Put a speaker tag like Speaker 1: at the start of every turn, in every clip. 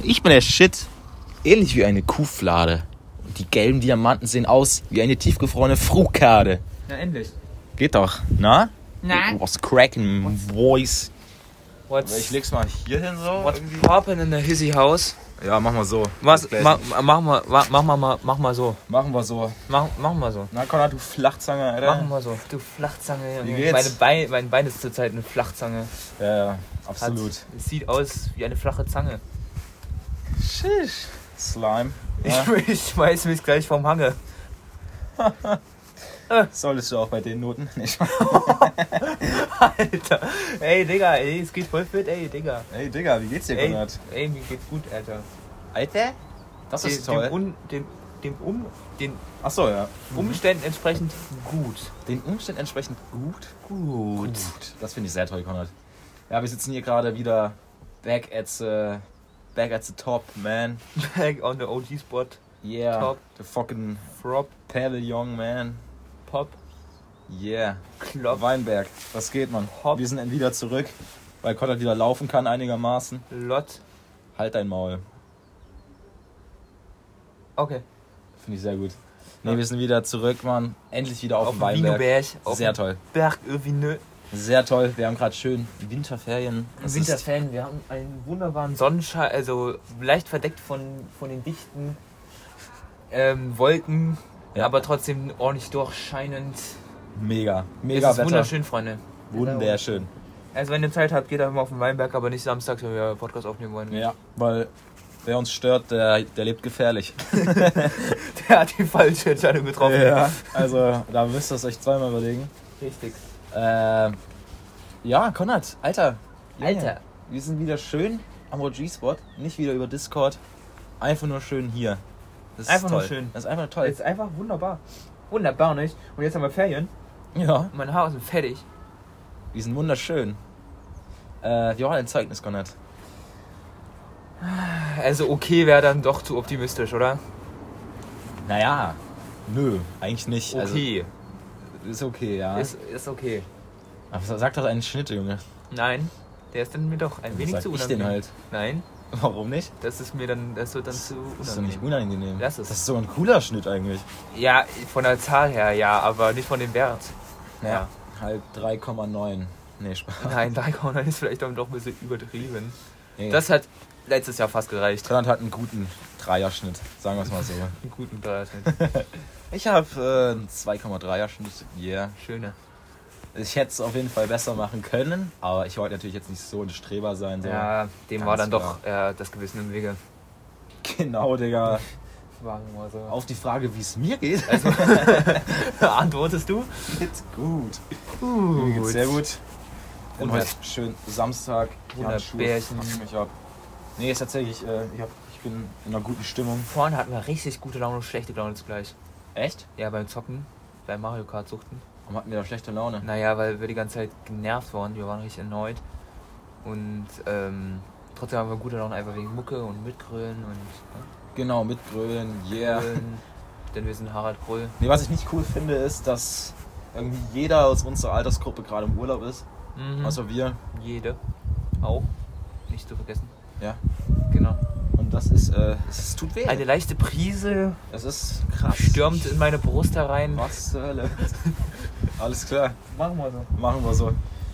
Speaker 1: Ich bin der Shit. Ähnlich wie eine Kuhflade. Und die gelben Diamanten sehen aus wie eine tiefgefrorene Fruchtkade.
Speaker 2: Na endlich.
Speaker 1: Geht doch. Na?
Speaker 2: Na?
Speaker 1: Was cracking, boys?
Speaker 2: What's
Speaker 1: Ich leg's mal hier hin so.
Speaker 2: poppin' in the hissy house?
Speaker 1: Ja, mach mal so.
Speaker 2: Mach mal so.
Speaker 1: Machen wir so.
Speaker 2: Mach mal so.
Speaker 1: Na Konrad, du Flachzange, Alter.
Speaker 2: Mach mal so. Du Flachzange.
Speaker 1: Wie geht's?
Speaker 2: Mein Bein ist zurzeit eine Flachzange.
Speaker 1: Ja, absolut.
Speaker 2: Es sieht aus wie eine flache Zange.
Speaker 1: Shish. Slime. Ja.
Speaker 2: Ich schmeiß mich gleich vom Hange.
Speaker 1: Solltest du auch bei den Noten? Nicht.
Speaker 2: Alter. Ey, Digga, ey, es geht voll fit, ey, Digga.
Speaker 1: Hey Digga, wie geht's dir, Konrad?
Speaker 2: Ey, mir geht's gut, Alter.
Speaker 1: Alter? Das ist toll.
Speaker 2: Den
Speaker 1: Achso, ja.
Speaker 2: Umständen entsprechend gut.
Speaker 1: Den Umständen entsprechend gut?
Speaker 2: Gut.
Speaker 1: Das finde ich sehr toll, Konrad. Ja, wir sitzen hier gerade wieder back at the top, man.
Speaker 2: Back on the OG spot.
Speaker 1: Yeah.
Speaker 2: Top.
Speaker 1: The fucking
Speaker 2: Frop.
Speaker 1: Pavillon, man.
Speaker 2: Pop.
Speaker 1: Yeah.
Speaker 2: Klopp.
Speaker 1: Weinberg. Was geht, man?
Speaker 2: Hopp.
Speaker 1: Wir sind wieder zurück, weil Konrad wieder laufen kann einigermaßen.
Speaker 2: Lot.
Speaker 1: Halt dein Maul.
Speaker 2: Okay.
Speaker 1: Finde ich sehr gut. Ne, wir sind wieder zurück, Mann. Endlich wieder auf dem
Speaker 2: Wienerberg.
Speaker 1: Weinberg. Sehr toll.
Speaker 2: Berg Vineux.
Speaker 1: Sehr toll. Wir haben gerade schön Winterferien. Es ist-
Speaker 2: Winterferien, wir haben einen wunderbaren Sonnenschein, also leicht verdeckt von den dichten Wolken,
Speaker 1: Ja.
Speaker 2: aber trotzdem ordentlich durchscheinend.
Speaker 1: Mega.
Speaker 2: Es
Speaker 1: Mega
Speaker 2: ist
Speaker 1: Wetter.
Speaker 2: wunderschön, Freunde.
Speaker 1: Wunderschön.
Speaker 2: Also wenn ihr Zeit habt, geht einfach mal auf den Weinberg, aber nicht samstags, wenn wir Podcast aufnehmen wollen.
Speaker 1: Ja, weil wer uns stört, der lebt gefährlich.
Speaker 2: Der hat die falsche Entscheidung getroffen.
Speaker 1: Ja, also da müsst ihr es euch zweimal überlegen.
Speaker 2: Richtig.
Speaker 1: Ja, Konrad, Alter. Junge,
Speaker 2: Alter.
Speaker 1: Wir sind wieder schön am OG-Spot, nicht wieder über Discord. Einfach nur schön hier. Das ist
Speaker 2: Einfach nur
Speaker 1: toll.
Speaker 2: schön.
Speaker 1: Das ist einfach toll.
Speaker 2: Das ist einfach wunderbar. Wunderbar, nicht? Und jetzt haben wir Ferien.
Speaker 1: Ja,
Speaker 2: Meine Haare sind fertig.
Speaker 1: die sind wunderschön. Wie war dein Zeugnis, Konrad?
Speaker 2: Also okay wäre dann doch zu optimistisch, oder?
Speaker 1: Naja, nö, eigentlich nicht.
Speaker 2: Okay.
Speaker 1: Also, ist okay, ja.
Speaker 2: Ist okay.
Speaker 1: Aber sag doch einen Schnitt, Junge.
Speaker 2: Nein, der ist dann mir doch ein wenig
Speaker 1: Sag
Speaker 2: zu
Speaker 1: ich
Speaker 2: unangenehm.
Speaker 1: den halt.
Speaker 2: Nein,
Speaker 1: Warum nicht?
Speaker 2: das wird dann zu
Speaker 1: Das ist doch
Speaker 2: unangenehm.
Speaker 1: nicht unangenehm.
Speaker 2: Lass es.
Speaker 1: Das ist so ein cooler Schnitt eigentlich.
Speaker 2: Ja, von der Zahl her ja, aber nicht von dem Wert. Ja.
Speaker 1: Halt 3,9. Nee, Spaß.
Speaker 2: Nein, 3,9 ist vielleicht dann doch ein bisschen übertrieben.
Speaker 1: Nee.
Speaker 2: Das hat letztes Jahr fast gereicht.
Speaker 1: Konrad hat einen guten Dreierschnitt, sagen wir es mal so.
Speaker 2: Einen guten Dreierschnitt.
Speaker 1: Ich habe einen 2,3er Schnitt. Yeah.
Speaker 2: Schöne.
Speaker 1: Ich hätte es auf jeden Fall besser machen können, aber ich wollte natürlich jetzt nicht so ein Streber sein. So.
Speaker 2: Ja, dem
Speaker 1: Ganz
Speaker 2: war dann
Speaker 1: klar.
Speaker 2: doch das Gewissen im Wege.
Speaker 1: Genau, Digga.
Speaker 2: Sagen wir mal so.
Speaker 1: Auf die Frage, wie es mir geht.
Speaker 2: Also, antwortest du?
Speaker 1: Geht's gut. Mir geht's sehr gut. Und heute schön Samstag.
Speaker 2: 100
Speaker 1: Handschuhe,
Speaker 2: Bärchen.
Speaker 1: pack mich ab. Nee, ist tatsächlich, ich bin in einer guten Stimmung.
Speaker 2: Vorhin hatten wir richtig gute Laune und schlechte Laune zugleich.
Speaker 1: Echt?
Speaker 2: Ja, beim Zocken, beim Mario Kart suchten.
Speaker 1: Warum hatten wir da schlechte Laune?
Speaker 2: Naja, weil wir die ganze Zeit genervt waren. Wir waren richtig erneut. Und trotzdem haben wir gute Laune einfach wegen Mucke und Mitgrölen und
Speaker 1: Genau, mit Grölen, yeah.
Speaker 2: Grölen. Denn wir sind Harald Gröll.
Speaker 1: Nee, was ich nicht cool finde, ist, dass irgendwie jeder aus unserer Altersgruppe gerade im Urlaub ist.
Speaker 2: Mhm.
Speaker 1: Außer wir.
Speaker 2: Jede. Auch. Nicht zu vergessen.
Speaker 1: Ja.
Speaker 2: Genau.
Speaker 1: Und das ist, es tut weh.
Speaker 2: Eine leichte Prise
Speaker 1: Es ist krass.
Speaker 2: stürmt in meine Brust herein.
Speaker 1: Was zur Hölle? Alles klar,
Speaker 2: Machen wir so.
Speaker 1: machen wir so.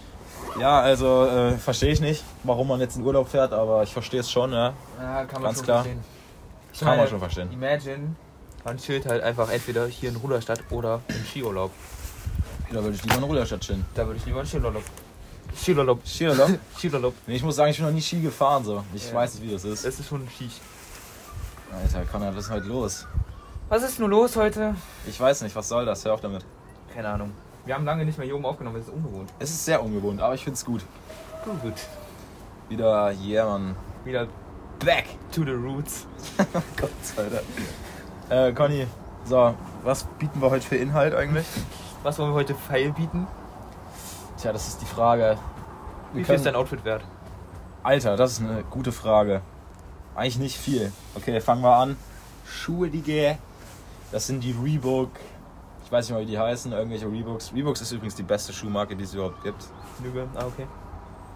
Speaker 1: Ja, also verstehe ich nicht, warum man jetzt in Urlaub fährt, aber ich verstehe es schon, ja.
Speaker 2: Ja, kann man
Speaker 1: Ganz
Speaker 2: schon
Speaker 1: klar.
Speaker 2: verstehen. Ich
Speaker 1: Kann man
Speaker 2: meine,
Speaker 1: schon verstehen.
Speaker 2: Imagine, man chillt halt einfach entweder hier in Ruderstadt oder im Skiurlaub.
Speaker 1: Da würde ich lieber in Ruderstadt chillen.
Speaker 2: Da würde ich lieber in Skiurlaub. Skiurlaub.
Speaker 1: Skiurlaub?
Speaker 2: Skiurlaub.
Speaker 1: Nee, ich muss sagen, ich bin noch nie Ski gefahren, so. Ich
Speaker 2: Ja.
Speaker 1: weiß nicht, wie das ist.
Speaker 2: Es ist schon schick.
Speaker 1: Alter, Konrad, was ist heute los?
Speaker 2: Was ist nun los heute?
Speaker 1: Ich weiß nicht, was soll das? Hör auf damit.
Speaker 2: Keine Ahnung. Wir haben lange nicht mehr hier oben aufgenommen, das ist ungewohnt.
Speaker 1: Es ist sehr ungewohnt, aber ich find's gut.
Speaker 2: Gut.
Speaker 1: Wieder, yeah, Mann.
Speaker 2: Wieder back to the roots.
Speaker 1: Gott sei Dank. Conny, so, was bieten wir heute für Inhalt eigentlich?
Speaker 2: Was wollen wir heute feil bieten?
Speaker 1: Tja, das ist die Frage.
Speaker 2: Wie viel ist dein Outfit wert?
Speaker 1: Alter, das ist eine gute Frage. Eigentlich nicht viel. Okay, fangen wir an. Schuhe, Digga. Das sind die Reebok. Ich weiß nicht mal, wie die heißen. Irgendwelche Reeboks. Reeboks ist übrigens die beste Schuhmarke, die es überhaupt gibt.
Speaker 2: Lüge. Ah, okay.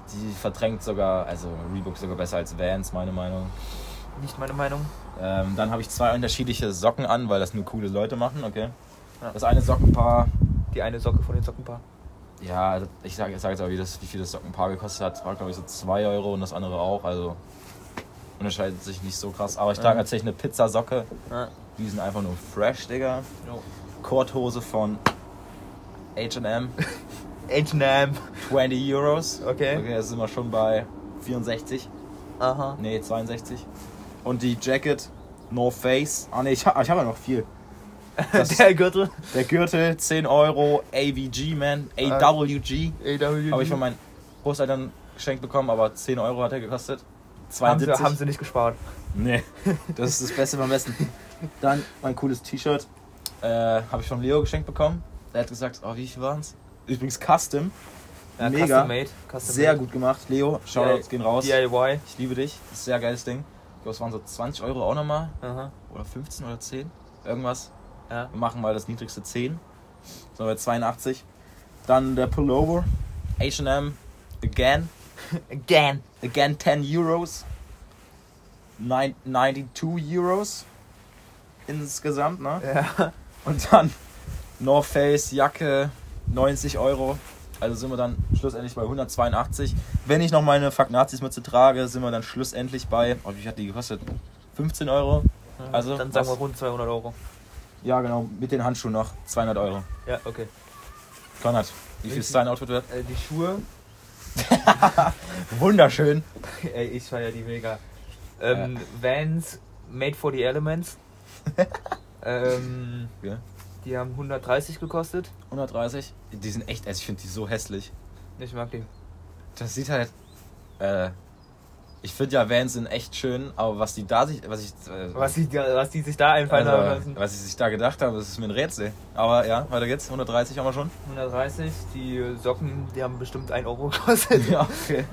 Speaker 1: Die verdrängt sogar, also Reebok sogar besser als Vans, meine Meinung.
Speaker 2: Nicht meine Meinung.
Speaker 1: Dann habe ich 2 unterschiedliche Socken an, weil das nur coole Leute machen, okay.
Speaker 2: Ja.
Speaker 1: Das eine Sockenpaar,
Speaker 2: Die eine Socke von den Sockenpaar.
Speaker 1: ja, ich sag jetzt aber, wie viel das Sockenpaar gekostet hat. War, glaube ich, so 2 Euro und das andere auch, also unterscheidet sich nicht so krass. Aber ich trage tatsächlich eine Pizzasocke.
Speaker 2: Ja.
Speaker 1: Die sind einfach nur fresh, Digga.
Speaker 2: Jo.
Speaker 1: Korthose von H&M,
Speaker 2: H&M.
Speaker 1: 20 Euros.
Speaker 2: Okay.
Speaker 1: Okay, jetzt sind wir schon bei 64.
Speaker 2: Aha.
Speaker 1: Nee, 62. Und die Jacket, North Face. Ah ne, ich hab ja noch viel.
Speaker 2: Der Gürtel.
Speaker 1: Der Gürtel, 10 Euro, AWG, man. AWG. Habe ich von meinen Großeltern geschenkt bekommen, aber 10 Euro hat er gekostet. 72.
Speaker 2: Haben sie nicht gespart.
Speaker 1: Nee, das ist das Beste beim Besten. Dann mein cooles T-Shirt. Habe ich von Leo geschenkt bekommen. Der hat gesagt, oh, wie viel waren's? Übrigens Custom.
Speaker 2: Ja,
Speaker 1: Mega.
Speaker 2: Custom made.
Speaker 1: Sehr gut gemacht, Leo. Shoutouts gehen raus.
Speaker 2: DIY.
Speaker 1: Ich liebe dich. Das ist ein sehr geiles Ding. Ich glaube, es waren so 20 Euro auch nochmal.
Speaker 2: Aha.
Speaker 1: Oder 15 oder 10. Irgendwas.
Speaker 2: Ja.
Speaker 1: Wir machen mal das niedrigste 10. So bei 82. Dann der Pullover. H&M. Again. Again 10 Euros. 92 Euros. Insgesamt, ne?
Speaker 2: Ja.
Speaker 1: Und dann North Face Jacke 90 Euro. Also sind wir dann schlussendlich bei 182. Wenn ich noch meine Fuck Nazis Mütze trage, sind wir dann schlussendlich bei, oh, wie hat die gekostet? 15 Euro. Also
Speaker 2: dann sagen wir rund 200 Euro.
Speaker 1: Ja, genau, mit den Handschuhen noch 200 Euro.
Speaker 2: Ja, okay.
Speaker 1: Konrad, wie viel ist dein Outfit wert?
Speaker 2: Die Schuhe.
Speaker 1: Wunderschön.
Speaker 2: Ey, ich feier die mega. Vans Made for the Elements.
Speaker 1: Ja.
Speaker 2: Die haben 130 gekostet.
Speaker 1: 130. Die sind echt, also ich finde die so hässlich.
Speaker 2: Ich mag die.
Speaker 1: Das sieht halt, ich finde ja Vans sind echt schön, aber was die sich da einfallen haben lassen. Was sie sich da gedacht haben, das ist mir ein Rätsel. Aber ja, weiter geht's. 130 haben wir schon.
Speaker 2: 130, die Socken, die haben bestimmt 1 Euro gekostet.
Speaker 1: Ja, okay.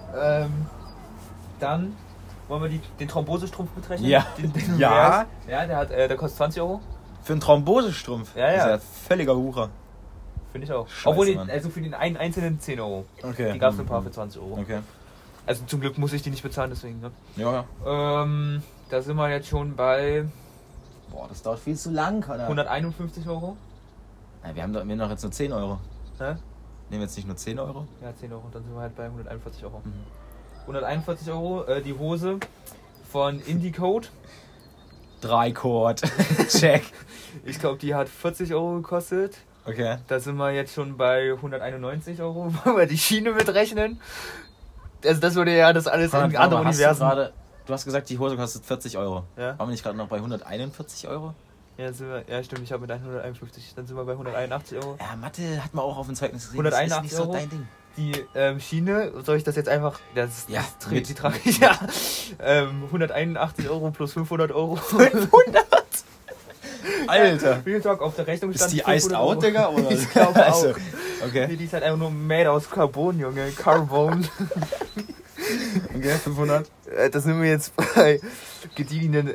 Speaker 2: Dann wollen wir den Thrombosestrumpf mitrechnen?
Speaker 1: Ja.
Speaker 2: Den
Speaker 1: Ja.
Speaker 2: Ja, der kostet 20 Euro.
Speaker 1: Für einen Thrombosestrumpf?
Speaker 2: Ja, ja.
Speaker 1: Das ist ja völliger Wucher.
Speaker 2: Finde ich auch.
Speaker 1: Scheiße,
Speaker 2: Obwohl,
Speaker 1: Mann.
Speaker 2: also für den einen einzelnen 10 Euro.
Speaker 1: Okay.
Speaker 2: Die gab es ein paar für 20 Euro.
Speaker 1: Okay.
Speaker 2: Also zum Glück muss ich die nicht bezahlen, deswegen. Ne?
Speaker 1: Ja.
Speaker 2: Da sind wir jetzt schon bei
Speaker 1: Boah, das dauert viel zu lang, oder?
Speaker 2: 151 Euro.
Speaker 1: Ja, wir haben noch jetzt nur 10 Euro.
Speaker 2: Hä?
Speaker 1: Nehmen wir jetzt nicht nur 10 Euro?
Speaker 2: Ja, 10 Euro. Dann sind wir halt bei 141 Euro.
Speaker 1: Mhm.
Speaker 2: 141 Euro, die Hose von Indie-Code.
Speaker 1: 3 Chord. Check.
Speaker 2: Ich glaube, die hat 40 Euro gekostet.
Speaker 1: Okay.
Speaker 2: Da sind wir jetzt schon bei 191 Euro, wollen wir die Schiene mitrechnen. Also das würde ja das alles in andere Universen.
Speaker 1: Du hast gesagt, die Hose kostet 40 Euro.
Speaker 2: Ja.
Speaker 1: Waren wir nicht gerade noch bei 141 Euro?
Speaker 2: Ja, stimmt, ich habe mit 151. Dann sind wir bei 181 Euro.
Speaker 1: Ja, Mathe hat man auch auf dem Zeugnis gesehen.
Speaker 2: 181
Speaker 1: das ist nicht so
Speaker 2: Euro.
Speaker 1: dein Ding.
Speaker 2: Die Schiene, soll ich das jetzt einfach...
Speaker 1: Ja,
Speaker 2: die trage ich, ja. 181 Euro plus 500 Euro.
Speaker 1: 500? Alter.
Speaker 2: Real Talk, auf der Rechnung stand
Speaker 1: Ist die
Speaker 2: 500
Speaker 1: iced out,
Speaker 2: Euro.
Speaker 1: Digga? Oder?
Speaker 2: Ich glaube auch.
Speaker 1: Also, okay.
Speaker 2: Die ist halt einfach nur made aus Carbon, Junge. Carbon.
Speaker 1: Okay, 500.
Speaker 2: Das sind wir jetzt bei gediegenen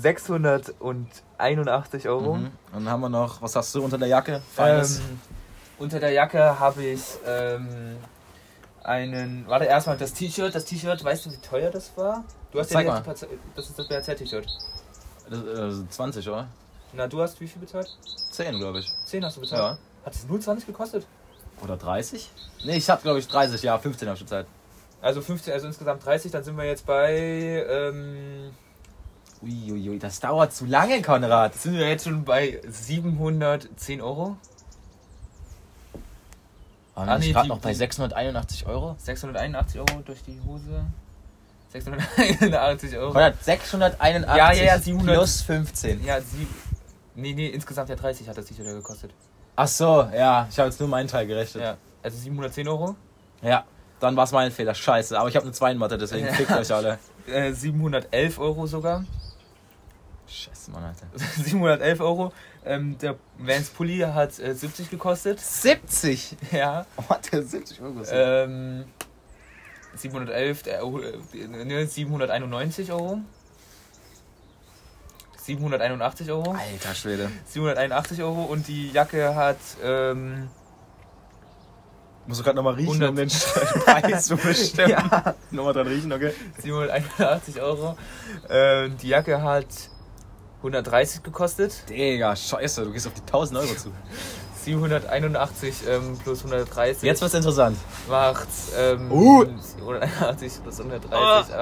Speaker 2: 681 Euro.
Speaker 1: Mhm. Und dann haben wir noch, was hast du unter der Jacke? Feines.
Speaker 2: Unter der Jacke habe ich warte, erstmal das T-Shirt. Das T-Shirt, weißt du, wie teuer das war? Du hast
Speaker 1: Zeig
Speaker 2: ja
Speaker 1: mal.
Speaker 2: das ist das BRZ-T-Shirt.
Speaker 1: 20, oder?
Speaker 2: Na, du hast wie viel bezahlt?
Speaker 1: 10, glaube ich.
Speaker 2: 10 hast du bezahlt?
Speaker 1: Ja.
Speaker 2: Hat es nur 20 gekostet?
Speaker 1: Oder 30? Ne, ich hab, glaube ich, 30. Ja, 15 habe ich bezahlt.
Speaker 2: Also 15, also insgesamt 30, dann sind wir jetzt bei...
Speaker 1: Uiuiui, das dauert zu lange, Konrad.
Speaker 2: sind wir jetzt schon bei 710 Euro.
Speaker 1: Waren wir gerade noch bei 681 Euro?
Speaker 2: 681 Euro durch die Hose. 681 Euro.
Speaker 1: Konrad, 681
Speaker 2: Ja, 700.
Speaker 1: plus 15.
Speaker 2: Ja, Nee, insgesamt ja 30 hat das T-Shirt ja gekostet.
Speaker 1: Ach so, ja, ich habe jetzt nur meinen Teil gerechnet.
Speaker 2: Ja, also 710 Euro.
Speaker 1: Ja, dann war es mein Fehler, scheiße. Aber ich habe eine 2 in Mathe, deswegen fickt euch alle.
Speaker 2: 711 Euro sogar.
Speaker 1: Scheiße, Mann, Alter.
Speaker 2: 711 Euro. Der Vans Pulli hat 70 gekostet.
Speaker 1: 70?
Speaker 2: Ja.
Speaker 1: Oh, hat der 70 Euro gekostet?
Speaker 2: 711, 791 Euro. 781 Euro.
Speaker 1: Alter Schwede.
Speaker 2: 781 Euro und die Jacke hat
Speaker 1: Musst du gerade nochmal riechen,
Speaker 2: 100.
Speaker 1: um den Preis zu bestimmen.
Speaker 2: Ja.
Speaker 1: Nochmal dran riechen, okay?
Speaker 2: 781 Euro. Die Jacke hat 130 gekostet.
Speaker 1: Digga, scheiße, du gehst auf die 1000 Euro zu.
Speaker 2: 781 plus 130.
Speaker 1: Jetzt wird's interessant.
Speaker 2: Macht 781 plus 130.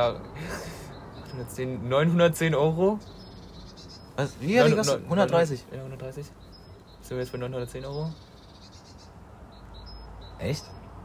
Speaker 2: 910 Euro.
Speaker 1: Was? Wie hat die gekostet? 130.
Speaker 2: Ja, 130. Sind wir jetzt bei 910 Euro?
Speaker 1: Echt?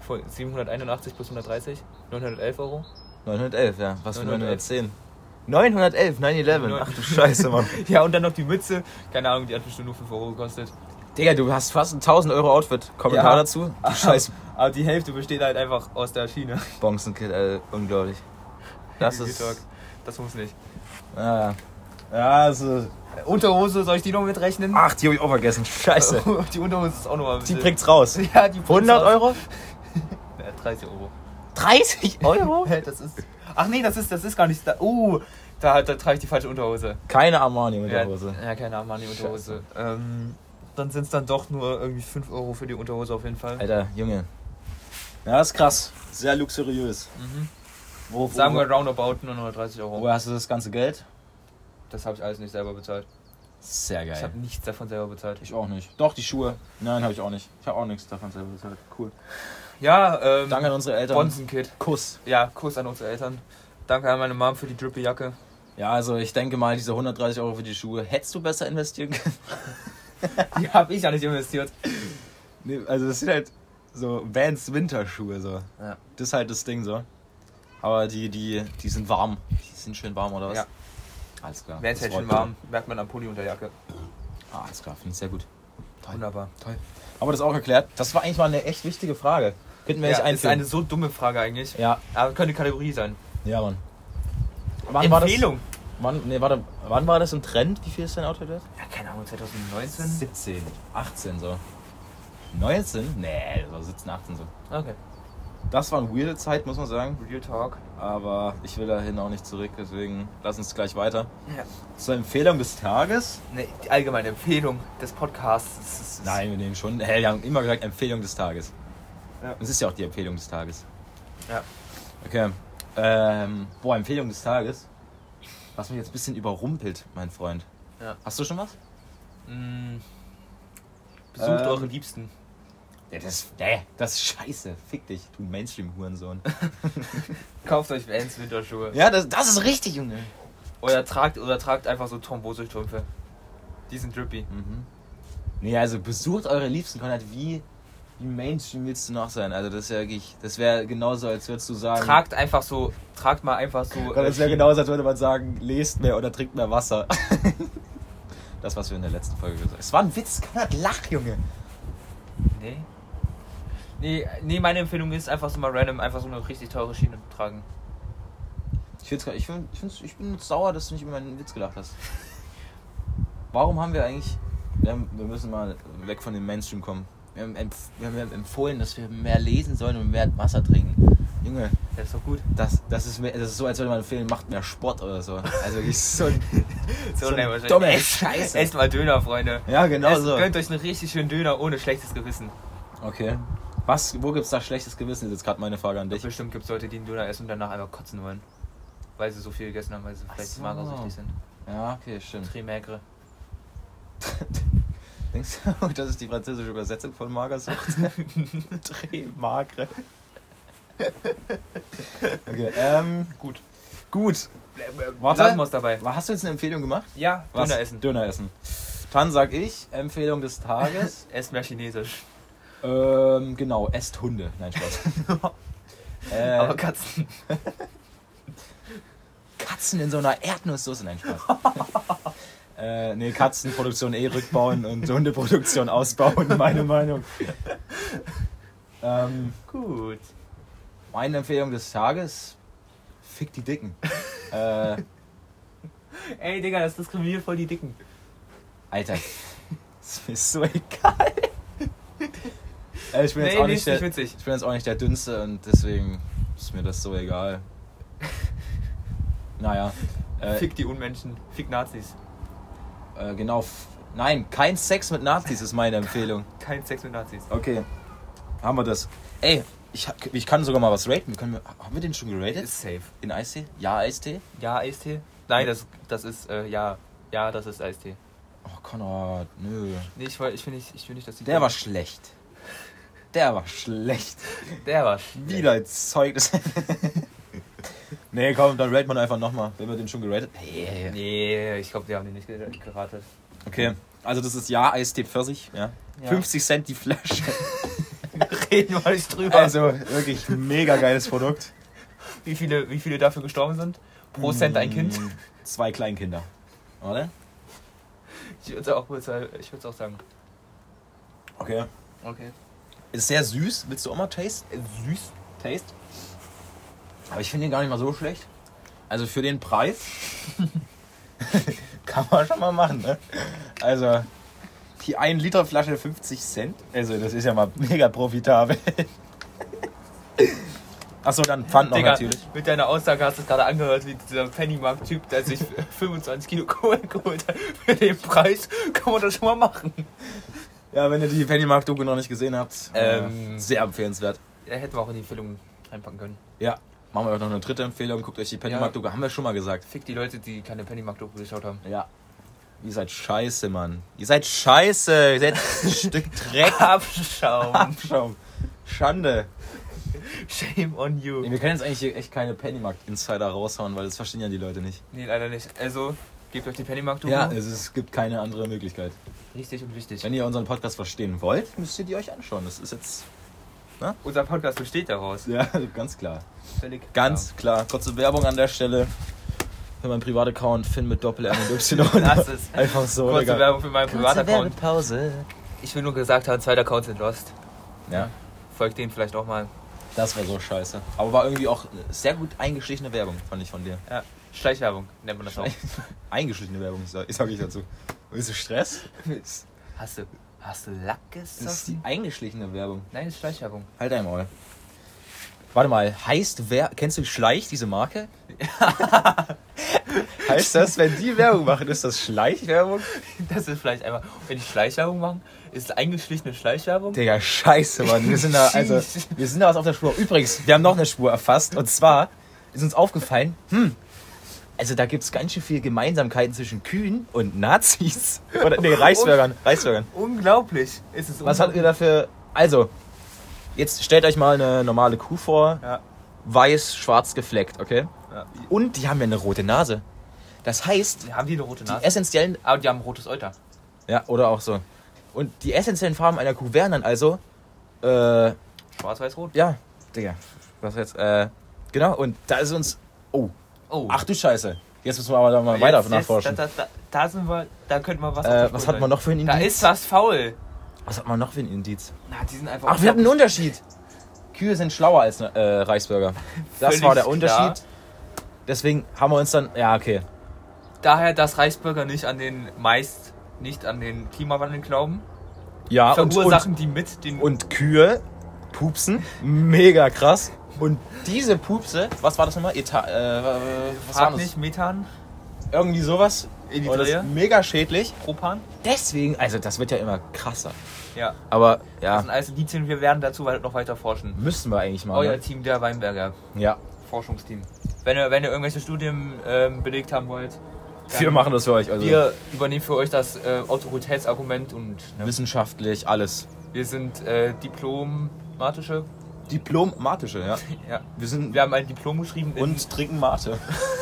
Speaker 2: 781 plus 130. 911 Euro.
Speaker 1: 911, ja. Was für
Speaker 2: 911?
Speaker 1: 910? 911, 911. Ach du Scheiße, Mann.
Speaker 2: Ja, und dann noch die Mütze. Keine Ahnung, die hat bestimmt nur 5 Euro gekostet.
Speaker 1: Digga, du hast fast ein 1000 Euro Outfit. Kommentar
Speaker 2: Ja.
Speaker 1: dazu? Du Scheiß
Speaker 2: Aber die Hälfte besteht halt einfach aus der Schiene.
Speaker 1: Bonzenkit, unglaublich. Das ist...
Speaker 2: Das muss nicht.
Speaker 1: Ja, also...
Speaker 2: Unterhose, soll ich die noch mitrechnen?
Speaker 1: Ach, die hab ich auch vergessen. Scheiße.
Speaker 2: Die Unterhose ist auch nochmal ein
Speaker 1: Die
Speaker 2: bisschen.
Speaker 1: bringt's raus.
Speaker 2: Ja, die bringt's
Speaker 1: 100
Speaker 2: raus.
Speaker 1: Euro?
Speaker 2: Ja, 30 Euro.
Speaker 1: 30 Euro?
Speaker 2: Hä, das ist. Ach nee, das ist gar nicht. Da trage ich die falsche Unterhose.
Speaker 1: Keine Armani-Unterhose.
Speaker 2: Ja, keine Armani-Unterhose. Dann sind es dann doch nur irgendwie 5 Euro für die Unterhose auf jeden Fall.
Speaker 1: Alter, Junge. Ja, ist krass. Sehr luxuriös.
Speaker 2: Mhm. Sagen wir roundabout nur 130 Euro.
Speaker 1: Woher hast du das ganze Geld?
Speaker 2: Das habe ich alles nicht selber bezahlt.
Speaker 1: Sehr geil.
Speaker 2: Ich habe nichts davon selber bezahlt.
Speaker 1: Ich auch nicht. Doch, die Schuhe. Nein, habe ich auch nicht. Ich habe auch nichts davon selber bezahlt. Cool.
Speaker 2: Ja,
Speaker 1: Danke an unsere Eltern.
Speaker 2: Bonzenkit.
Speaker 1: Kuss.
Speaker 2: Ja, Kuss an unsere Eltern. Danke an meine Mom für die drippy Jacke.
Speaker 1: Ja, also ich denke mal, diese 130 Euro für die Schuhe hättest du besser investieren können.
Speaker 2: Die habe ich ja nicht investiert.
Speaker 1: Nee, also das sind halt so Vans Winterschuhe so.
Speaker 2: Ja.
Speaker 1: Das ist halt das Ding so. Aber die sind warm. Die sind schön warm, oder was?
Speaker 2: Ja.
Speaker 1: Alles klar.
Speaker 2: Wäre es
Speaker 1: Das
Speaker 2: halt schön
Speaker 1: freut
Speaker 2: warm, merkt man am Pulli und der Jacke.
Speaker 1: mich. Alles klar, finde ich sehr gut. Toll.
Speaker 2: Wunderbar.
Speaker 1: Toll. Aber das auch erklärt. Das war eigentlich mal eine echt wichtige Frage. Könnten wir
Speaker 2: Ja,
Speaker 1: nicht
Speaker 2: das ist
Speaker 1: einführen.
Speaker 2: eine so dumme Frage eigentlich.
Speaker 1: Ja,
Speaker 2: Aber könnte Kategorie sein.
Speaker 1: ja, Mann.
Speaker 2: Empfehlung.
Speaker 1: Wann war das im Trend? Wie viel ist dein Outfit wert?
Speaker 2: Ja, keine Ahnung, 2019?
Speaker 1: 17, 18 so. 19? Nee, so 17, 18 so.
Speaker 2: Okay.
Speaker 1: Das war eine weirde Zeit, muss man sagen.
Speaker 2: Real Talk.
Speaker 1: Aber ich will dahin auch nicht zurück, deswegen lass uns gleich weiter.
Speaker 2: Ja.
Speaker 1: Zur Empfehlung des Tages?
Speaker 2: Ne, die allgemeine Empfehlung des Podcasts. Ist
Speaker 1: Nein, wir nehmen schon. Hey, wir haben immer gesagt Empfehlung des Tages.
Speaker 2: Ja.
Speaker 1: Es ist ja auch die Empfehlung des Tages.
Speaker 2: Ja.
Speaker 1: Okay. Empfehlung des Tages. Was mich jetzt ein bisschen überrumpelt, mein Freund.
Speaker 2: Ja.
Speaker 1: Hast du schon was?
Speaker 2: Besucht eure Liebsten.
Speaker 1: Ja, das ist scheiße. Fick dich, du Mainstream-Hurensohn.
Speaker 2: Kauft euch Vans Winterschuhe.
Speaker 1: Ja, das ist richtig, Junge.
Speaker 2: Oder tragt einfach so Thrombosestrümpfe. Die sind drippy.
Speaker 1: Nee, also besucht eure Liebsten, Konrad. Wie Mainstream willst du noch sein? Also das ist ja wirklich, das wäre genauso, als würdest du sagen...
Speaker 2: Tragt mal einfach so...
Speaker 1: Das wäre genauso, als würde man sagen, lest mehr oder trinkt mehr Wasser. Das, was wir in der letzten Folge gesagt haben. Es war ein Witz, Konrad, lach, Junge.
Speaker 2: Nee, meine Empfehlung ist einfach so mal random, einfach so eine richtig teure Schiene tragen.
Speaker 1: Ich bin jetzt sauer, dass du nicht über meinen Witz gelacht hast. Warum haben wir eigentlich... Wir müssen mal weg von dem Mainstream kommen. Wir haben empfohlen, dass wir mehr lesen sollen und mehr Wasser trinken. Junge,
Speaker 2: Das ist doch gut.
Speaker 1: das ist so, als würde man empfehlen, macht mehr Sport oder so. Also wirklich so ein
Speaker 2: wahrscheinlich.
Speaker 1: dumme Scheiße.
Speaker 2: Esst mal Döner, Freunde.
Speaker 1: Ja, genau so.
Speaker 2: Gönnt euch einen richtig schönen Döner ohne schlechtes Gewissen.
Speaker 1: Okay. Wo gibt's da schlechtes Gewissen? Das ist jetzt gerade meine Frage an dich.
Speaker 2: Bestimmt gibt es Leute, die einen Döner essen und danach einfach kotzen wollen. Weil sie so viel gegessen haben, weil sie vielleicht
Speaker 1: so.
Speaker 2: magersüchtig sind.
Speaker 1: Ja, okay, stimmt.
Speaker 2: Très maigre.
Speaker 1: Denkst du, das ist die französische Übersetzung von Magersucht? Très magre. Okay, Gut. Warte.
Speaker 2: Lassen wir es dabei.
Speaker 1: Hast du jetzt eine Empfehlung gemacht?
Speaker 2: Ja,
Speaker 1: Was?
Speaker 2: Döner essen.
Speaker 1: Döner essen. Dann sag ich, Empfehlung des Tages.
Speaker 2: Esst mehr Chinesisch.
Speaker 1: Genau, esst Hunde. Nein, Spaß.
Speaker 2: Aber Katzen.
Speaker 1: Katzen in so einer Erdnusssoße. Nein, Spaß. Nee, Katzenproduktion rückbauen und Hundeproduktion ausbauen, meine Meinung.
Speaker 2: Gut.
Speaker 1: Meine Empfehlung des Tages, fick die Dicken.
Speaker 2: Ey, Digga, das diskriminiert voll die Dicken.
Speaker 1: Alter, ist mir so egal. Ich bin jetzt auch nicht der Dünnste und deswegen ist mir das so egal. Naja.
Speaker 2: Fick die Unmenschen, fick Nazis.
Speaker 1: Genau. Nein, kein Sex mit Nazis ist meine Empfehlung.
Speaker 2: Kein Sex mit Nazis.
Speaker 1: Okay. haben wir das. Ey, ich kann sogar mal was raten. Haben wir den schon geratet?
Speaker 2: Ist safe.
Speaker 1: In Eistee? Ja, Eistee?
Speaker 2: Ja, Eistee? Nein, das ist, ja, das ist Eistee.
Speaker 1: Oh, Konrad, nö.
Speaker 2: Nee, ich will nicht, dass die...
Speaker 1: Der war schlecht. Der war schlecht.
Speaker 2: Der war schlecht.
Speaker 1: Wieder Zeugnis. Nee, komm, dann raten wir einfach nochmal. Wenn wir den schon geratet.
Speaker 2: Nee, ich glaube, wir haben den nicht geratet.
Speaker 1: Okay, also das ist Ja, Eistee Pfirsich. Ja. 50 Cent die Flasche.
Speaker 2: Reden wir nicht drüber.
Speaker 1: Also wirklich mega geiles Produkt.
Speaker 2: Wie viele dafür gestorben sind? Pro Cent ein Kind?
Speaker 1: 2 Kleinkinder. Oder?
Speaker 2: Ich würde auch sagen.
Speaker 1: Okay.
Speaker 2: Okay.
Speaker 1: Ist sehr süß. Willst du auch mal taste?
Speaker 2: Süß.
Speaker 1: Taste? Aber ich finde ihn gar nicht mal so schlecht. Also für den Preis kann man schon mal machen, ne? Also die 1 Liter Flasche 50 Cent. Also das ist ja mal mega profitabel. Achso, dann Pfand noch
Speaker 2: Digga,
Speaker 1: natürlich.
Speaker 2: mit deiner Aussage hast du es gerade angehört, wie dieser Pennymarkt-Typ, der sich 25 Kilo Kohle geholt hat. Für den Preis kann man das schon mal machen.
Speaker 1: Ja, wenn ihr die Pennymarkt-Doku noch nicht gesehen habt, sehr empfehlenswert.
Speaker 2: Ja, hätten wir auch in die Empfehlung reinpacken können.
Speaker 1: Ja, machen wir auch noch eine dritte Empfehlung. Guckt euch die Pennymarkt-Doku, haben wir schon mal gesagt.
Speaker 2: Fick die Leute, die keine Pennymarkt-Doku geschaut haben.
Speaker 1: Ja. Ihr seid scheiße, Mann. Ihr seid scheiße. Ihr seid ein Stück Dreck.
Speaker 2: Abschaum.
Speaker 1: Schande.
Speaker 2: Shame on you.
Speaker 1: Nee, wir können jetzt eigentlich hier echt keine Pennymarkt-Insider raushauen, weil das verstehen ja die Leute nicht.
Speaker 2: Nee, leider nicht. Also, gebt euch die Pennymarkt-Doku.
Speaker 1: Ja, es gibt keine andere Möglichkeit.
Speaker 2: Richtig und wichtig.
Speaker 1: Wenn ihr unseren Podcast verstehen wollt, müsst ihr die euch anschauen. Das ist jetzt...
Speaker 2: Unser Podcast besteht daraus.
Speaker 1: Ja, ganz klar.
Speaker 2: Völlig
Speaker 1: Ganz klar. Kurze Werbung an der Stelle. Für meinen Privat-Account Finn mit Doppel-R und Y.
Speaker 2: Das ist
Speaker 1: einfach so,
Speaker 2: kurze
Speaker 1: Digga.
Speaker 2: Werbung für meinen Privat-Account.
Speaker 1: Pause.
Speaker 2: Ich will nur gesagt haben, 2 Accounts sind lost.
Speaker 1: Ja,
Speaker 2: Folgt denen vielleicht auch mal.
Speaker 1: das war so scheiße. Aber war irgendwie auch sehr gut eingeschlichene Werbung, fand ich von dir.
Speaker 2: Ja, Schleichwerbung nennt man das auch.
Speaker 1: Eingeschlichene Werbung, sag ich dazu. Willst du Stress?
Speaker 2: Hast du Lack
Speaker 1: Das ist die
Speaker 2: gesoffen?
Speaker 1: eingeschlichene Werbung.
Speaker 2: Nein, das ist Schleichwerbung.
Speaker 1: Halt dein Maul. Warte mal, kennst du Schleich, diese Marke? Heißt das, wenn die Werbung machen, ist das Schleichwerbung?
Speaker 2: Das ist vielleicht einfach, wenn die Schleichwerbung machen, ist es eingeschlichene Schleichwerbung.
Speaker 1: Digga, scheiße, Mann. Wir sind da was auf der Spur. Übrigens, wir haben noch eine Spur erfasst. Und zwar ist uns aufgefallen, also da gibt es ganz schön viel Gemeinsamkeiten zwischen Kühen und Nazis. Oder, nee, Reichsbürgern.
Speaker 2: Unglaublich. Ist es
Speaker 1: Was habt ihr dafür? Also, jetzt stellt euch mal eine normale Kuh vor.
Speaker 2: Ja.
Speaker 1: Weiß, schwarz gefleckt, okay?
Speaker 2: Ja.
Speaker 1: Und die haben ja eine rote Nase. Das heißt,
Speaker 2: Haben die eine rote
Speaker 1: die
Speaker 2: Nase?
Speaker 1: essentiellen...
Speaker 2: Aber die haben ein rotes Euter.
Speaker 1: Ja, oder auch so. Und die essentiellen Farben einer Kuh wären dann also...
Speaker 2: Schwarz, weiß, rot.
Speaker 1: Ja, Digga. Was jetzt? Genau, und da ist uns... Oh.
Speaker 2: Oh.
Speaker 1: Ach du Scheiße. Jetzt müssen wir aber da mal weiter nachforschen.
Speaker 2: Da sind wir, da könnten wir was
Speaker 1: Was hat man noch für ein Indiz?
Speaker 2: Da ist was faul.
Speaker 1: Was hat man noch für ein Indiz?
Speaker 2: Na, die sind einfach...
Speaker 1: Ach, wir haben einen Unterschied. Kühe sind schlauer als Reichsbürger. Das
Speaker 2: Völlig
Speaker 1: war der Unterschied.
Speaker 2: klar.
Speaker 1: Deswegen haben wir uns dann... Ja, okay.
Speaker 2: Daher, dass Reichsbürger nicht an den Klimawandel glauben,
Speaker 1: Ja,
Speaker 2: verursachen die mit den...
Speaker 1: und Kühe pupsen. Mega krass. Und diese Pupse... Was war das nochmal? Was war das?
Speaker 2: nicht Methan,
Speaker 1: Irgendwie sowas.
Speaker 2: in die
Speaker 1: Und das ist
Speaker 2: Drehe,
Speaker 1: mega schädlich.
Speaker 2: Propan.
Speaker 1: Deswegen... Also das wird ja immer krasser.
Speaker 2: Ja,
Speaker 1: Aber
Speaker 2: das
Speaker 1: ja,
Speaker 2: sind alles Indizien, wir werden dazu noch weiter forschen.
Speaker 1: müssten wir eigentlich mal.
Speaker 2: Euer
Speaker 1: Ne?
Speaker 2: Team der Weinberger,
Speaker 1: Ja.
Speaker 2: Forschungsteam. Wenn ihr irgendwelche Studien belegt haben wollt,
Speaker 1: Wir machen das für euch. Also
Speaker 2: wir übernehmen für euch das Autoritätsargument und
Speaker 1: wissenschaftlich, alles.
Speaker 2: wir sind diplomatische.
Speaker 1: Diplomatische, ja.
Speaker 2: Ja.
Speaker 1: Wir
Speaker 2: Wir haben ein Diplom geschrieben
Speaker 1: und trinken Mate.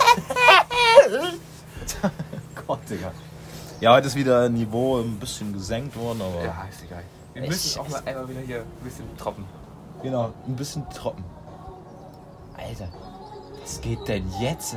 Speaker 1: Gott, Digga. Ja, heute ist wieder ein Niveau ein bisschen gesenkt worden, aber...
Speaker 2: Ja, ist egal. Wir
Speaker 1: Echt?
Speaker 2: müssen auch mal einmal wieder hier ein bisschen troppen.
Speaker 1: Genau, ein bisschen trocken. Alter, was geht denn jetzt?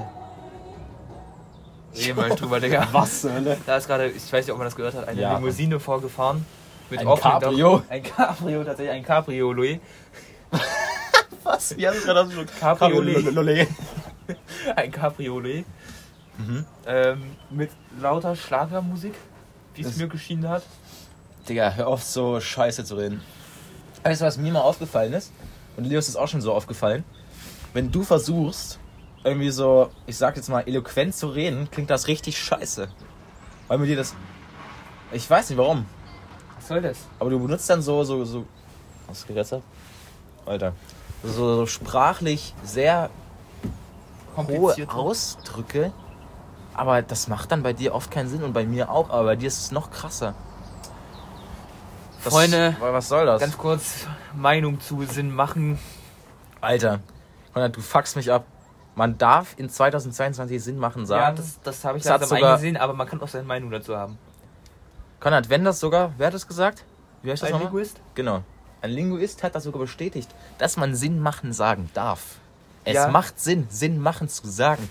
Speaker 2: Reden wir nicht drüber, Digga.
Speaker 1: Was zur Hölle?
Speaker 2: Da ist gerade, ich weiß nicht, ob man das gehört hat, eine
Speaker 1: Ja.
Speaker 2: Limousine vorgefahren. Mit
Speaker 1: Ein
Speaker 2: offenem Dach.
Speaker 1: Cabrio?
Speaker 2: Ein Cabrio, tatsächlich ein Cabriolet.
Speaker 1: Was? Wie hast du gerade so
Speaker 2: Cabriolet. Ein Cabriolet. Mit lauter Schlagermusik, wie es
Speaker 1: Das-
Speaker 2: mir geschienen hat.
Speaker 1: Digga, hör auf so scheiße zu reden. Weißt du, was mir mal aufgefallen ist? Und Leos ist auch schon so aufgefallen. Wenn du versuchst, irgendwie so, ich sag jetzt mal, eloquent zu reden, klingt das richtig scheiße. Weil mir dir das... Ich weiß nicht warum.
Speaker 2: Was soll das?
Speaker 1: Aber du benutzt dann so Hast du Rezept? Alter. So sprachlich sehr hohe
Speaker 2: Kompliziert.
Speaker 1: Ausdrücke, aber das macht dann bei dir oft keinen Sinn und bei mir auch, aber bei dir ist es noch krasser.
Speaker 2: Freunde,
Speaker 1: was soll das?
Speaker 2: Ganz kurz Meinung zu Sinn machen.
Speaker 1: Alter, Konrad, du fuckst mich ab. Man darf in 2022 Sinn machen sagen.
Speaker 2: Ja, das habe ich
Speaker 1: Das hat
Speaker 2: langsam
Speaker 1: sogar-
Speaker 2: eingesehen, aber man kann auch seine Meinung dazu haben.
Speaker 1: Konrad, wenn das sogar, wer hat das gesagt? Wie heißt das
Speaker 2: Ein
Speaker 1: nochmal?
Speaker 2: Linguist?
Speaker 1: Genau. Ein Linguist hat das sogar bestätigt, dass man Sinn machen sagen darf. Es
Speaker 2: Ja.
Speaker 1: macht Sinn, Sinn machen zu sagen.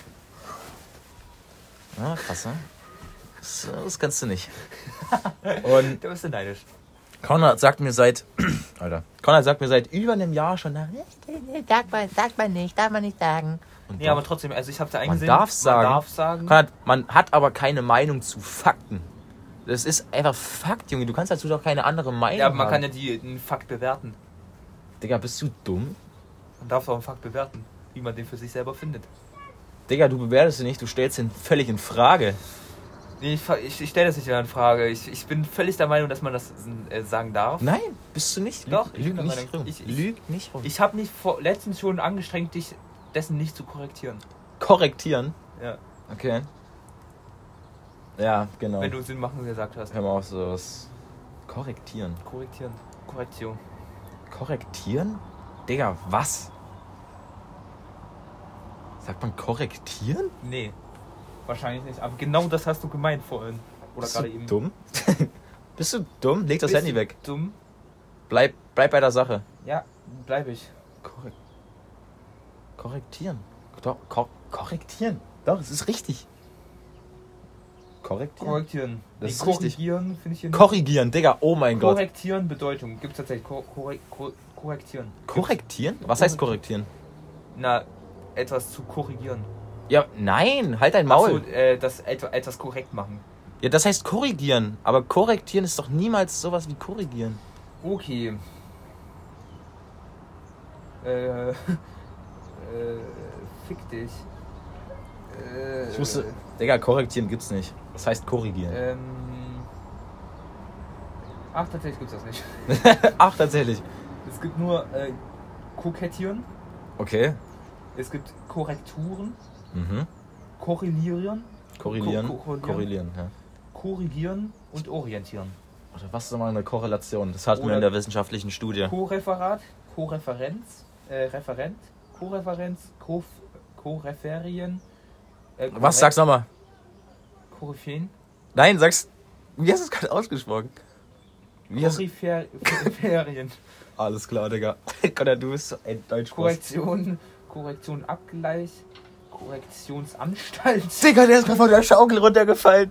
Speaker 1: Ja, krass, ne? Das kannst du nicht. Und
Speaker 2: Da bist du neidisch.
Speaker 1: Konrad sagt mir seit über einem Jahr schon,
Speaker 3: Sagt man nicht, darf man nicht sagen.
Speaker 1: und
Speaker 2: Ja,
Speaker 1: doch,
Speaker 2: aber trotzdem, also ich habe da
Speaker 1: man
Speaker 2: eingesehen.
Speaker 1: darf sagen.
Speaker 2: Man darf sagen.
Speaker 1: Konrad, man hat aber keine Meinung zu Fakten. Das ist einfach Fakt, Junge. Du kannst dazu doch keine andere Meinung
Speaker 2: Ja, aber man
Speaker 1: haben.
Speaker 2: kann ja den Fakt bewerten.
Speaker 1: Digga, bist du dumm?
Speaker 2: Man darf auch einen Fakt bewerten, wie man den für sich selber findet.
Speaker 1: Digga, du bewertest ihn nicht, du stellst ihn völlig in Frage.
Speaker 2: Nee, ich stelle das nicht in Frage. Ich bin völlig der Meinung, dass man das sagen darf.
Speaker 1: Nein, bist du nicht.
Speaker 2: Doch, ich
Speaker 1: lüg
Speaker 2: bin der
Speaker 1: nicht
Speaker 2: Meinung.
Speaker 1: rum.
Speaker 2: Ich-
Speaker 1: Lüg nicht rum.
Speaker 2: Ich habe mich letztens schon angestrengt, dich dessen nicht zu korrektieren.
Speaker 1: Korrektieren?
Speaker 2: Ja.
Speaker 1: Okay. Ja, genau.
Speaker 2: Wenn du Sinn machen gesagt hast.
Speaker 1: Hör mal auf sowas. Korrektieren.
Speaker 2: Korrektieren. Korrektion.
Speaker 1: Korrektieren? Digga, was? Sagt man korrektieren?
Speaker 2: Nee. Wahrscheinlich nicht. Aber genau das hast du gemeint vorhin. Oder
Speaker 1: Bist
Speaker 2: gerade
Speaker 1: du
Speaker 2: eben.
Speaker 1: dumm? Bist du dumm? Leg das
Speaker 2: Bist
Speaker 1: Handy
Speaker 2: du
Speaker 1: weg.
Speaker 2: Dumm?
Speaker 1: Bleib bei der Sache.
Speaker 2: Ja, bleib ich.
Speaker 1: Korrektieren. Doch, korrektieren. Doch, es ist richtig. Korrektieren.
Speaker 2: Korrektieren.
Speaker 1: Das
Speaker 2: Nee,
Speaker 1: ist richtig.
Speaker 2: korrigieren finde ich hier nicht.
Speaker 1: Korrigieren, Digga, oh mein Gott.
Speaker 2: Korrektieren Bedeutung. Gibt es tatsächlich. Korrektieren.
Speaker 1: Korrektieren? Was heißt korrektieren?
Speaker 2: Na, etwas zu korrigieren.
Speaker 1: Ja, nein, halt dein
Speaker 2: Ach
Speaker 1: Maul.
Speaker 2: so, das etwas korrekt machen.
Speaker 1: Ja, das heißt korrigieren. Aber korrektieren ist doch niemals sowas wie korrigieren.
Speaker 2: Okay. Fick dich.
Speaker 1: Ich wusste, Digga, korrektieren gibt's nicht. Das heißt korrigieren.
Speaker 2: Ach, tatsächlich gibt's das nicht.
Speaker 1: Ach, tatsächlich.
Speaker 2: Es gibt nur kokettieren,
Speaker 1: Okay.
Speaker 2: es gibt Korrekturen,
Speaker 1: Mhm.
Speaker 2: korrelieren,
Speaker 1: Korrelieren.
Speaker 2: Korrelieren.
Speaker 1: Korrelieren, ja.
Speaker 2: korrigieren und orientieren.
Speaker 1: Oder was ist nochmal eine Korrelation? Das hatten wir
Speaker 2: Oder-
Speaker 1: in der wissenschaftlichen Studie.
Speaker 2: Koreferat, Koreferenz, Referent, Koreferenz, Koreferien.
Speaker 1: Was? Sag's nochmal.
Speaker 2: Koryphäen.
Speaker 1: Nein, sag's. Wie hast du es gerade ausgesprochen? Wie hast
Speaker 2: Koryphäen.
Speaker 1: Alles klar, Digga. Gott, du bist so ein Deutschkurs.
Speaker 2: Korrektion, Abgleich, Korrektionsanstalt.
Speaker 1: Digga, der ist gerade von der Schaukel runtergefallen.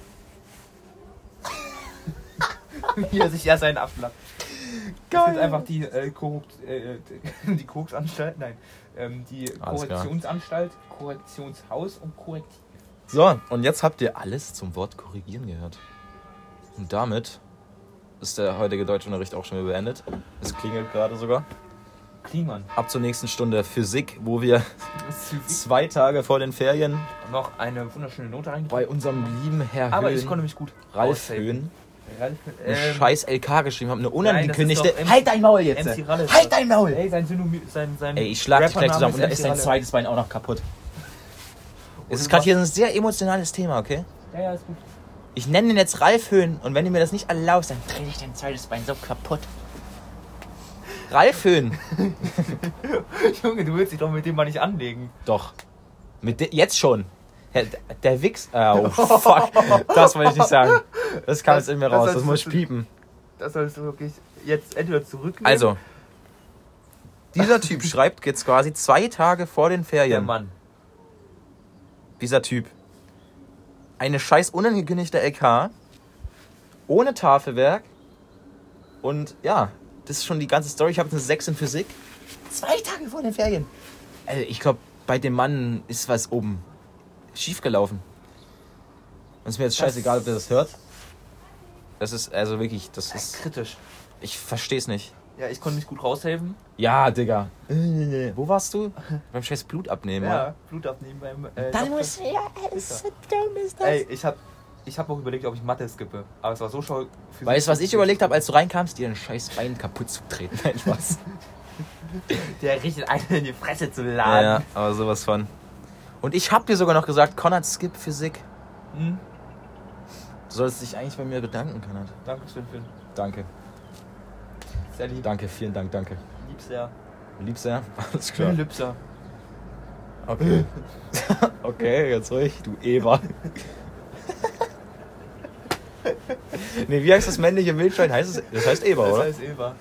Speaker 2: Wie er sich erst einen abflacht.
Speaker 1: Geil.
Speaker 2: Es gibt einfach die die Korrektionsanstalt, nein, die
Speaker 1: Alles klar.
Speaker 2: Korrektionsanstalt, Korrektionshaus und Korrektiv.
Speaker 1: So, und jetzt habt ihr alles zum Wort korrigieren gehört. Und damit ist der heutige Deutschunterricht auch schon wieder beendet. Es klingelt gerade sogar.
Speaker 2: Klingmann.
Speaker 1: Ab zur nächsten Stunde Physik, wo wir 2 Tage vor den Ferien
Speaker 2: Noch eine wunderschöne Note rein.
Speaker 1: bei unserem lieben Herr
Speaker 2: Aber
Speaker 1: Höhn,
Speaker 2: ich konnte mich gut
Speaker 1: Ralf
Speaker 2: aussaven.
Speaker 1: Höhn,
Speaker 2: Ralf,
Speaker 1: einen scheiß LK geschrieben haben. Eine
Speaker 2: nein,
Speaker 1: unangekündigte...
Speaker 2: das ist doch
Speaker 1: Halt dein Maul jetzt!
Speaker 2: MC Ralf.
Speaker 1: Halt dein Maul!
Speaker 2: Ey, sein
Speaker 1: Ey, ich schlag dich gleich
Speaker 2: Rappername
Speaker 1: zusammen und da ist
Speaker 2: MC
Speaker 1: dein
Speaker 2: Ralf.
Speaker 1: zweites Bein auch noch kaputt. Es ist
Speaker 2: Und
Speaker 1: gerade
Speaker 2: was-
Speaker 1: hier ein sehr emotionales Thema, okay?
Speaker 2: Ja, ist gut.
Speaker 1: Ich nenne ihn jetzt Ralf Höhn und wenn du mir das nicht erlaubst, dann drehe ich dein zweites Bein so kaputt. Ralf Höhn!
Speaker 2: Junge, du willst dich doch mit dem mal nicht anlegen.
Speaker 1: Doch. Jetzt schon. Der Wichs... Oh, fuck. Das wollte ich nicht sagen. Das kam jetzt in mir
Speaker 2: Das
Speaker 1: raus.
Speaker 2: heißt,
Speaker 1: Das muss ich
Speaker 2: das-
Speaker 1: piepen.
Speaker 2: Das sollst du wirklich jetzt entweder zurücknehmen.
Speaker 1: Also, dieser Typ schreibt jetzt quasi 2 Tage vor den
Speaker 2: der
Speaker 1: Ferien.
Speaker 2: Mann.
Speaker 1: Dieser Typ. Eine scheiß unangekündigte LK. Ohne Tafelwerk. Und ja, das ist schon die ganze Story. Ich habe eine 6 in Physik. 2 Tage vor den Ferien. Also ich glaube, bei dem Mann ist was oben schief gelaufen. Und es ist mir jetzt scheißegal, ob der das hört. Das ist also wirklich, das ist...
Speaker 2: Kritisch.
Speaker 1: Ich verstehe es nicht.
Speaker 2: Ja, ich konnte mich gut raushelfen.
Speaker 1: Ja, Digga. Wo warst du? Beim scheiß Blut abnehmen,
Speaker 2: Ja, Blut abnehmen beim
Speaker 3: Dann
Speaker 2: Doktor.
Speaker 3: muss ja, es ist so dumm, ist das.
Speaker 2: Ey, ich hab Ich habe auch überlegt, ob ich Mathe skippe. Aber es war so schau.
Speaker 1: Weißt du, was ich überlegt habe, als du reinkamst? Dir ein scheiß Bein kaputt zu treten. Nein, Spaß.
Speaker 2: Der richtig einen in die Fresse zu laden.
Speaker 1: Ja, aber sowas von. Und ich hab dir sogar noch gesagt, Konrad, skip Physik.
Speaker 2: Hm?
Speaker 1: Du solltest dich eigentlich bei mir bedanken, Konrad.
Speaker 2: Danke, Sven.
Speaker 1: Danke.
Speaker 2: Sehr lieb.
Speaker 1: Danke, vielen Dank, danke.
Speaker 2: Lieb sehr.
Speaker 1: Lieb sehr. Alles klar.
Speaker 2: Lübser.
Speaker 1: Okay. Okay, ganz ruhig, du Eber. Nee, wie heißt das männliche Wildschwein? Das heißt Eber, oder?
Speaker 2: Das heißt Eva.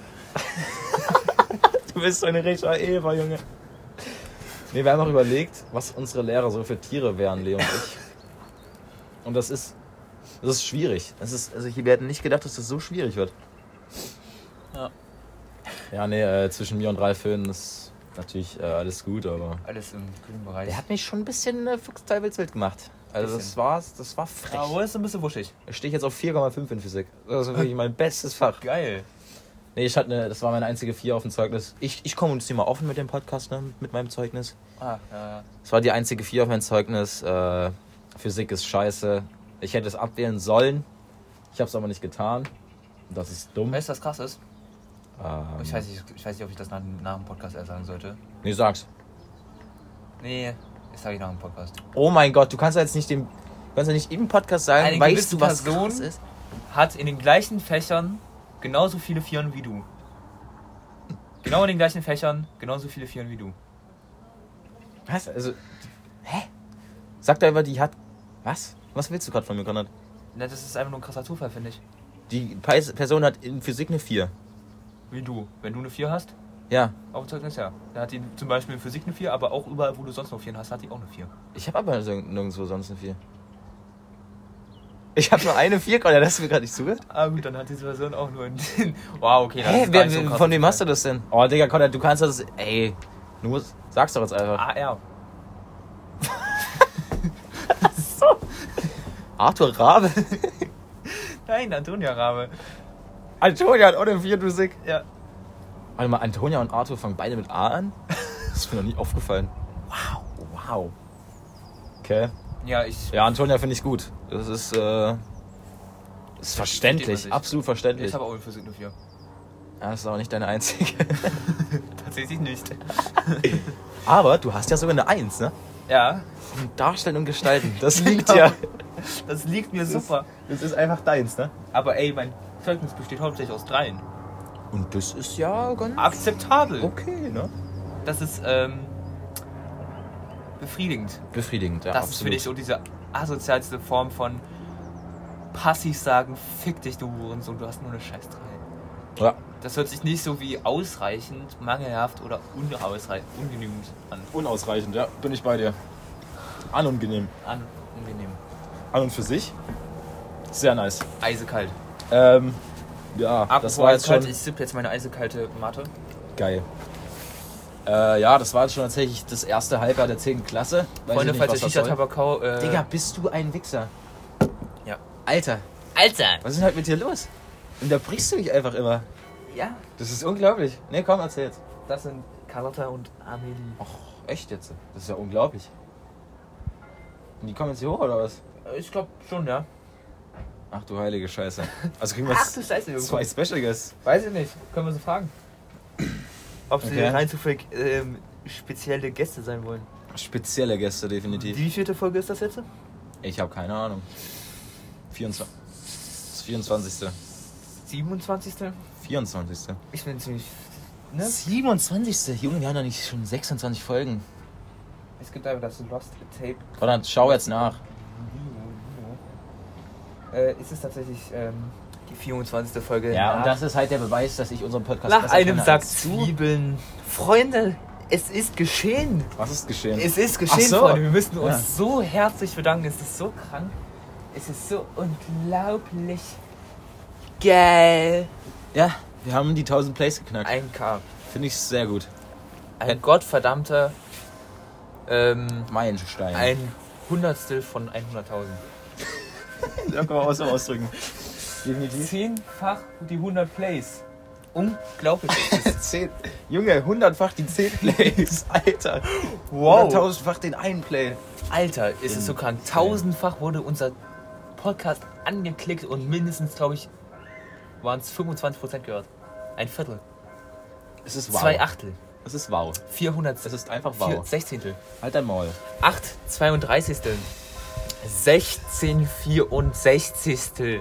Speaker 1: Du bist so eine richtige Eber, Junge. Nee, wir haben auch überlegt, was unsere Lehrer so für Tiere wären, Leo und ich. Und das ist schwierig. Wir hätten nicht gedacht, dass das so schwierig wird.
Speaker 2: Ja.
Speaker 1: Ja, nee, zwischen mir und Ralf Höhn ist natürlich alles gut, aber...
Speaker 2: Alles im grünen Bereich.
Speaker 1: Der hat mich schon ein bisschen Fuchsteufelswild gemacht. Also das war frech.
Speaker 2: Aber ist ein bisschen wuschig.
Speaker 1: Da stehe ich jetzt auf 4,5 in Physik. Das ist wirklich mein bestes Fach.
Speaker 2: Geil.
Speaker 1: Nee, das war meine einzige 4 auf dem Zeugnis. Ich kommuniziere mal offen mit dem Podcast, ne, mit meinem Zeugnis.
Speaker 2: Ah, ja.
Speaker 1: Das war die einzige 4 auf meinem Zeugnis. Physik ist scheiße. Ich hätte es abwählen sollen. Ich habe es aber nicht getan. Das ist dumm.
Speaker 2: Weißt du, was krass ist? Ich weiß nicht, ob ich das nach dem Podcast erst sagen sollte.
Speaker 1: Nee, sag's.
Speaker 2: Nee, das sage ich nach dem Podcast.
Speaker 1: Oh mein Gott, du kannst ja nicht im Podcast sagen,
Speaker 2: Eine
Speaker 1: weißt
Speaker 2: gewisse
Speaker 1: du, was
Speaker 2: Person
Speaker 1: krass ist?
Speaker 2: hat in den gleichen Fächern genauso viele Vieren wie du. Genau in den gleichen Fächern genauso viele Vieren wie du.
Speaker 1: Was? Also, hä? Sagt er über die hat... Was? Was willst du gerade von mir, Konrad?
Speaker 2: Na, das ist einfach nur ein krasser Zufall, finde ich.
Speaker 1: Die Person hat in Physik eine 4.
Speaker 2: Wie du. Wenn du eine 4 hast,
Speaker 1: Ja.
Speaker 2: auf dem Zeugnis, ja. Da hat die zum Beispiel in Physik eine 4, aber auch überall, wo du sonst noch 4 hast, hat die auch eine 4.
Speaker 1: Ich habe aber nirgendwo sonst eine 4. Ich habe nur eine 4, Konrad, hast du mir gerade nicht zugehört?
Speaker 2: Ah gut, dann hat diese Person auch nur einen... Wow, okay. Das
Speaker 1: Hä,
Speaker 2: ist gar nicht so krass.
Speaker 1: von wem hast du das denn? Oh, Digga, Konrad, du kannst das... Ey, sag's doch jetzt einfach.
Speaker 2: AR.
Speaker 1: So. Arthur Rabe?
Speaker 2: Nein, Antonia Rabe.
Speaker 1: Antonia hat auch eine 4 Physik.
Speaker 2: Ja.
Speaker 1: Warte mal, Antonia und Arthur fangen beide mit A an? Das ist mir noch nie aufgefallen. Wow. Okay.
Speaker 2: Ja,
Speaker 1: Ja, Antonia finde ich gut. Das ist verständlich, absolut verständlich.
Speaker 2: Ich habe auch in Physik eine 4.
Speaker 1: Ja, das ist aber nicht deine einzige.
Speaker 2: Tatsächlich nicht.
Speaker 1: Aber du hast ja sogar eine 1, ne?
Speaker 2: Ja.
Speaker 1: Darstellen und Gestalten, das liegt ja.
Speaker 2: Das liegt mir super.
Speaker 1: Das ist einfach deins, ne?
Speaker 2: Aber ey, mein Zeugnis besteht hauptsächlich aus 3.
Speaker 1: Und das ist ja ganz
Speaker 2: Akzeptabel.
Speaker 1: okay, ne?
Speaker 2: Das ist befriedigend.
Speaker 1: Befriedigend, ja.
Speaker 2: Das ist für dich so diese asozialste Form von passiv sagen, fick dich, du Hurensohn, du hast nur eine Scheiß 3.
Speaker 1: Ja.
Speaker 2: Das hört sich nicht so wie ausreichend, mangelhaft oder ungenügend an.
Speaker 1: Unausreichend, ja, bin ich bei dir. Unangenehm.
Speaker 2: Unangenehm.
Speaker 1: An und für sich. Sehr nice.
Speaker 2: Eisekalt.
Speaker 1: Ja,
Speaker 2: Apropos
Speaker 1: das war jetzt
Speaker 2: eisekalt,
Speaker 1: schon
Speaker 2: ich sippe jetzt meine eisekalte Mate.
Speaker 1: geil. Ja, das war jetzt schon tatsächlich das erste Halbjahr der 10. Klasse. Weiß
Speaker 2: Freunde,
Speaker 1: ich nicht,
Speaker 2: falls
Speaker 1: was
Speaker 2: der
Speaker 1: das soll.
Speaker 2: Shisha-Tabakau...
Speaker 1: Digga, bist du ein Wichser?
Speaker 2: Ja.
Speaker 1: Alter,
Speaker 2: Alter!
Speaker 1: was ist denn halt mit dir los? Unterbrichst du mich einfach immer?
Speaker 2: Ja,
Speaker 1: Das ist unglaublich. Nee, komm, erzähl jetzt.
Speaker 2: das sind Carlotta und Amelie.
Speaker 1: Ach, echt jetzt? Das ist ja unglaublich. Und die kommen jetzt hier hoch, oder was?
Speaker 2: Ich glaube schon, ja.
Speaker 1: Ach du heilige Scheiße. Also kriegen wir
Speaker 2: Ach
Speaker 1: jetzt
Speaker 2: du Scheiße, Junge.
Speaker 1: 2 Special Guests.
Speaker 2: Weiß ich nicht. Können wir sie fragen. Ob sie
Speaker 1: Okay.
Speaker 2: rein zufällig spezielle Gäste sein wollen.
Speaker 1: Spezielle Gäste, definitiv.
Speaker 2: Wie vierte Folge ist das jetzt?
Speaker 1: Ich habe keine Ahnung. 24. Das 24.
Speaker 2: 27.
Speaker 1: 24.
Speaker 2: Ich bin ziemlich... Ne?
Speaker 1: 27. Junge, wir haben doch nicht schon 26 Folgen.
Speaker 2: Es gibt einfach das Lost Tape.
Speaker 1: Oder schau jetzt nach.
Speaker 2: Ist es tatsächlich die 24. Folge.
Speaker 1: Ja, und das ist halt der Beweis, dass ich unseren Podcast
Speaker 2: nach
Speaker 1: besser
Speaker 2: einem
Speaker 1: kenne
Speaker 2: Sack
Speaker 1: als du.
Speaker 2: Zwiebeln. Freunde, es ist geschehen.
Speaker 1: Was ist geschehen?
Speaker 2: Es ist geschehen,
Speaker 1: Ach so.
Speaker 2: Freunde. Wir müssen uns
Speaker 1: Ja.
Speaker 2: so herzlich bedanken. Es ist so krank. Es ist so unglaublich geil.
Speaker 1: Ja, wir haben die 1000 Plays geknackt.
Speaker 2: 1K.
Speaker 1: Finde ich sehr gut.
Speaker 2: Ein gottverdammter
Speaker 1: Meilenstein.
Speaker 2: ein Hundertstel von 100.000.
Speaker 1: Ja, kann man auch so ausdrücken. Definitiv.
Speaker 2: 10-fach die 100 Plays. Unglaublich.
Speaker 1: 10. Junge, 100-fach die 10 Plays. Alter.
Speaker 2: Wow.
Speaker 1: 100.000-fach den einen Play.
Speaker 2: Alter, ist es so krank. 1000-fach wurde unser Podcast angeklickt und mindestens, glaube ich, waren es 25% gehört. Ein Viertel.
Speaker 1: Es ist wow.
Speaker 2: 2 Achtel.
Speaker 1: Es ist wow.
Speaker 2: 400.
Speaker 1: Es ist einfach wow.
Speaker 2: 16.
Speaker 1: Halt dein Maul.
Speaker 2: 8 32. 16 64.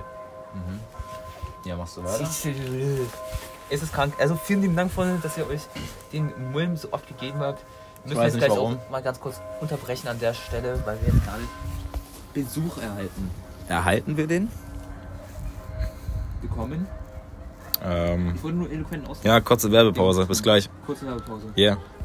Speaker 1: Ja, machst du weiter?
Speaker 2: Es ist krank. Also vielen lieben Dank, Freunde, dass ihr euch den Mulm so oft gegeben habt. Wir müssen
Speaker 1: weiß
Speaker 2: jetzt
Speaker 1: nicht,
Speaker 2: gleich
Speaker 1: warum.
Speaker 2: auch mal ganz kurz unterbrechen an der Stelle, weil wir jetzt gerade Besuch erhalten.
Speaker 1: Erhalten wir den?
Speaker 2: Bekommen. Ich wollte nur eloquent ausdrücken.
Speaker 1: Ja, kurze Werbepause. Bis gleich.
Speaker 2: Kurze Werbepause.
Speaker 1: Yeah.